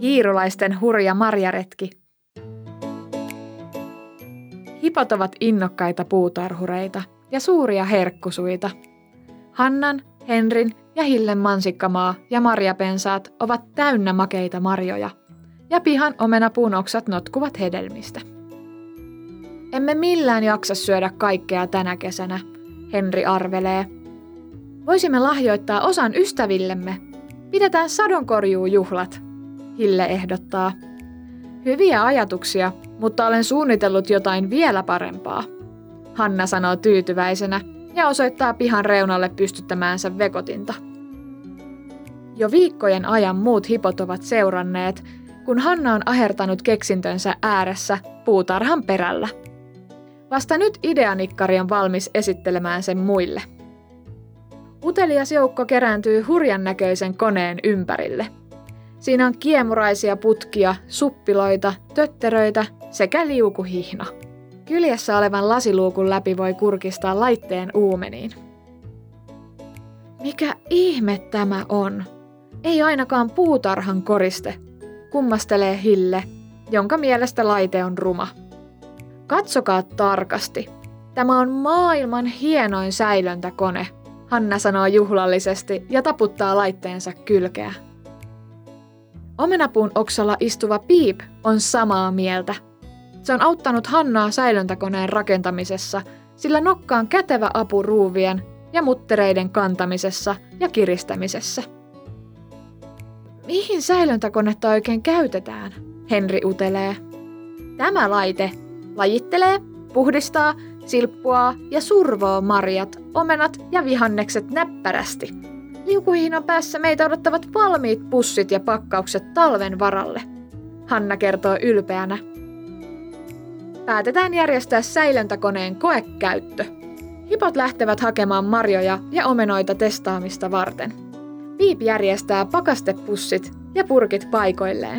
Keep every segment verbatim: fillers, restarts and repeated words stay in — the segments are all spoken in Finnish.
Hiirulaisten hurja marjaretki. Hipot ovat innokkaita puutarhureita ja suuria herkkusuita. Hannan, Henrin ja Hillen mansikkamaa ja marjapensaat ovat täynnä makeita marjoja, ja pihan omenapuun oksat notkuvat hedelmistä. Emme millään jaksa syödä kaikkea tänä kesänä, Henri arvelee. Voisimme lahjoittaa osan ystävillemme. Pidetään sadonkorjuujuhlat, Hille ehdottaa. Hyviä ajatuksia, mutta olen suunnitellut jotain vielä parempaa, Hanna sanoo tyytyväisenä ja osoittaa pihan reunalle pystyttämäänsä vekotinta. Jo viikkojen ajan muut hipot ovat seuranneet, kun Hanna on ahertanut keksintönsä ääressä puutarhan perällä. Vasta nyt ideanikkari on valmis esittelemään sen muille. Utelias joukko kerääntyy hurjan näköisen koneen ympärille. Siinä on kiemuraisia putkia, suppiloita, tötteröitä sekä liukuhihna. Kyljessä olevan lasiluukun läpi voi kurkistaa laitteen uumeniin. Mikä ihme tämä on? Ei ainakaan puutarhan koriste, kummastelee Hille, jonka mielestä laite on ruma. Katsokaa tarkasti. Tämä on maailman hienoin säilöntäkone, Hanna sanoo juhlallisesti ja taputtaa laitteensa kylkeä. Omenapuun oksalla istuva Piip on samaa mieltä. Se on auttanut Hannaa säilöntäkoneen rakentamisessa, sillä nokka on kätevä apu ruuvien ja muttereiden kantamisessa ja kiristämisessä. Mihin säilöntäkonetta oikein käytetään? Henri utelee. Tämä laite lajittelee, puhdistaa, silppuaa ja survoo marjat, omenat ja vihannekset näppärästi. Liukuhihnan päässä meitä odottavat valmiit pussit ja pakkaukset talven varalle, Hanna kertoo ylpeänä. Päätetään järjestää säilöntäkoneen koekäyttö. Hipot lähtevät hakemaan marjoja ja omenoita testaamista varten. Piip järjestää pakastepussit ja purkit paikoilleen.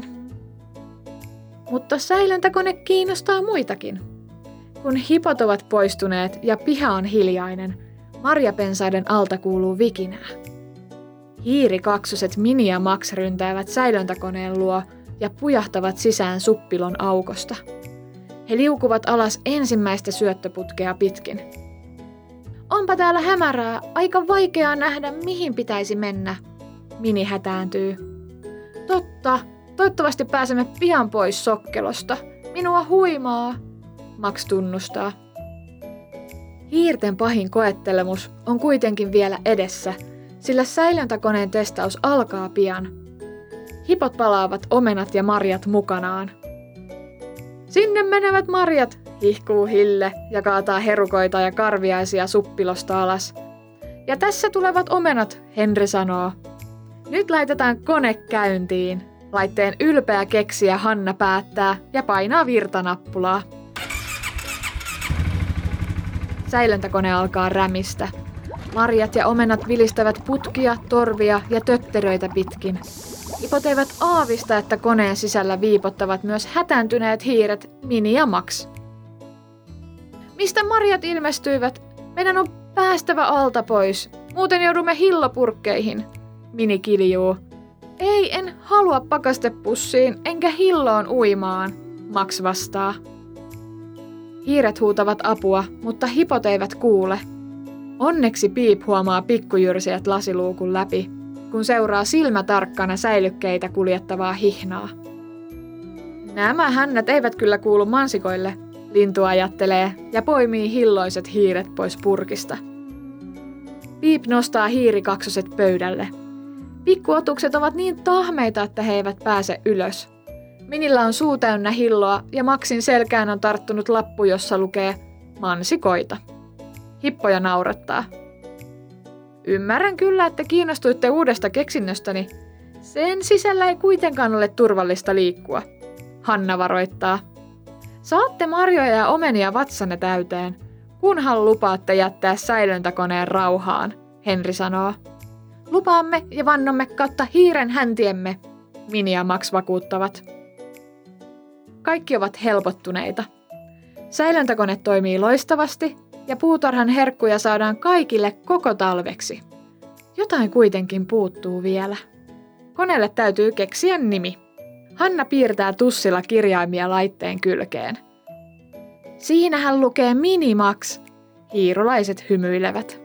Mutta säilöntäkone kiinnostaa muitakin. Kun hipot ovat poistuneet ja piha on hiljainen, marjapensaiden alta kuuluu vikinää. Hiirikaksoset Mini ja Max ryntäävät säilöntäkoneen luo ja pujahtavat sisään suppilon aukosta. He liukuvat alas ensimmäistä syöttöputkea pitkin. Onpa täällä hämärää, aika vaikeaa nähdä mihin pitäisi mennä, Mini hätääntyy. Totta, toivottavasti pääsemme pian pois sokkelosta. Minua huimaa, Max tunnustaa. Hiirten pahin koettelemus on kuitenkin vielä edessä, sillä säilöntäkoneen testaus alkaa pian. Hipot palaavat omenat ja marjat mukanaan. Sinne menevät marjat, hihkuu Hille ja kaataa herukoita ja karviaisia suppilosta alas. Ja tässä tulevat omenat, Henri sanoo. Nyt laitetaan kone käyntiin. Laitteen ylpeä keksijä Hanna päättää ja painaa virtanappulaa. Säilöntäkone alkaa rämistä. Marjat ja omenat vilistävät putkia, torvia ja tötteröitä pitkin. Hipot eivät aavista, että koneen sisällä viipottavat myös hätääntyneet hiiret Mini ja Max. Mistä marjat ilmestyivät? Meidän on päästävä alta pois. Muuten joudumme hillopurkkeihin, Mini kiljuu. Ei, en halua pakastepussiin, enkä hilloon uimaan, Max vastaa. Hiiret huutavat apua, mutta hipot eivät kuule. Onneksi Piip huomaa pikkujyrsijät lasiluukun läpi, kun seuraa silmätarkkana säilykkeitä kuljettavaa hihnaa. Nämä hännät eivät kyllä kuulu mansikoille, lintu ajattelee ja poimii hilloiset hiiret pois purkista. Piip nostaa hiirikaksoset pöydälle. Pikkuotukset ovat niin tahmeita, että he eivät pääse ylös. Minillä on suu täynnä hilloa ja Maxin selkään on tarttunut lappu, jossa lukee mansikoita. Hippoja naurattaa. Ymmärrän kyllä, että kiinnostuitte uudesta keksinnöstäni. Sen sisällä ei kuitenkaan ole turvallista liikkua, Hanna varoittaa. Saatte marjoja ja omenia vatsanne täyteen, kunhan lupaatte jättää säilöntäkoneen rauhaan, Henri sanoo. Lupaamme ja vannomme kautta hiiren häntiemme, Mini ja Max vakuuttavat. Kaikki ovat helpottuneita. Säilöntäkone toimii loistavasti ja puutarhan herkkuja saadaan kaikille koko talveksi. Jotain kuitenkin puuttuu vielä. Koneelle täytyy keksiä nimi. Hanna piirtää tussilla kirjaimia laitteen kylkeen. Siinähän lukee Minimax. Hiirulaiset hymyilevät.